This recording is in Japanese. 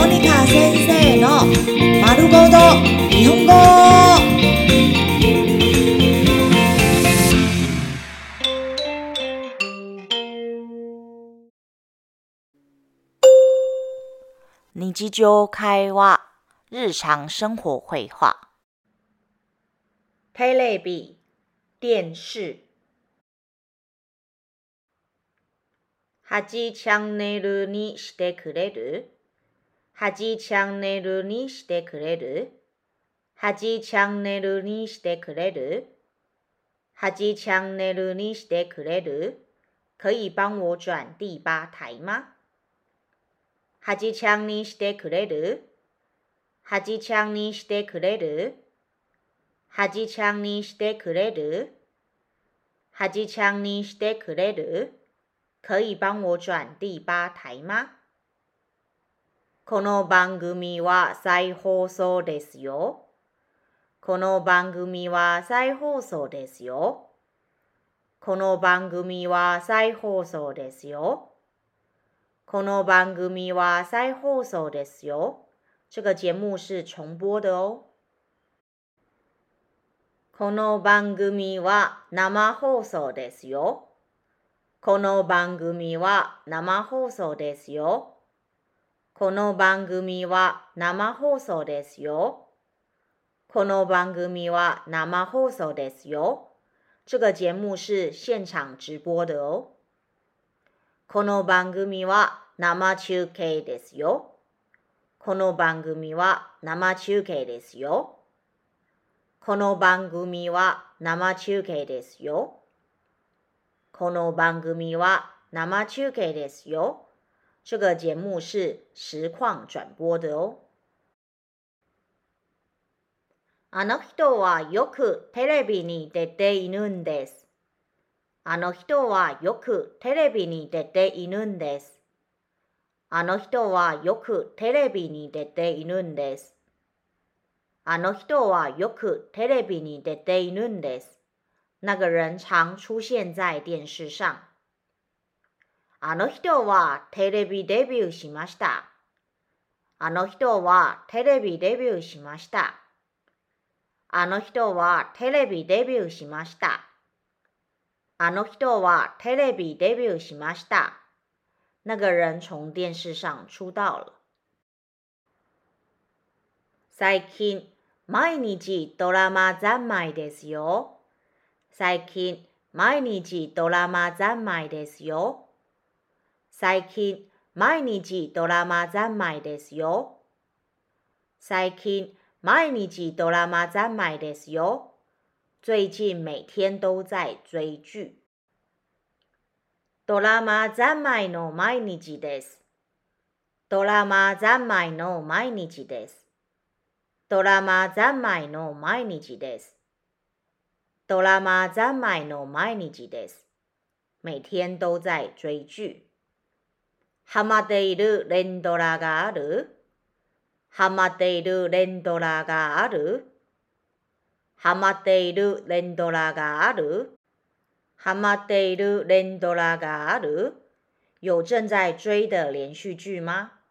モニカ先生の丸ごと日本語。日常会話、日常生活会話。テレビ、電視。8チャンネルにしてくれる ?8 チャンネルにしてくれる ?8 チャンネルにしてくれる ?8 チャンネルにしてくれる可以帮我转第8台吗 ?8 チャンにしてくれる ?8 チャンにしてくれる ?8 チャンにしてくれる ?8 チャンにしてくれる可以帮我转第8台吗この番組は再放送ですよ。この番組は再放送ですよ。この番組は再放送ですよ。この番組は再放送ですよ。这个节目是重播的哦。この番組は生放送ですよ。この番組は生放送ですよ。この番組は生放送ですよ。この番組は生放送ですよ。这个节目是现场直播的哦。この番組は生中継ですよ。この番組は生中継ですよ。この番組は生中継ですよ。この番組は生中継ですよ。这个节目是实况转播的哦。あの人はよくテレビに出ているんです。あの人はよくテレビに出ているんです。あの人はよくテレビに出ているんです。あの人はよくテレビに出ているんです。那个人常出现在電視上。あの人はテレビデビューしました。あの人はテレビデビューしました。あの人はテレビデビューしました。あの人はテレビデビューしました。那个人从電視上出道了。最近、毎日ドラマ三昧ですよ。最近、毎日ドラマ三昧ですよ。最近、毎日ドラマ三昧ですよ。最近、毎日ドラマ三昧ですよ。最近每天都在追劇。ドラマ三昧の毎日です。ドラマ三昧の毎日です。ドラマ三昧の毎日です。ドラマ三昧の毎日です。每天都在追劇。ハマっている連ドラがあるハマっている連ドラがあるハマっている連ドラがあるハマっている連ドラがある有正在追的連續劇嗎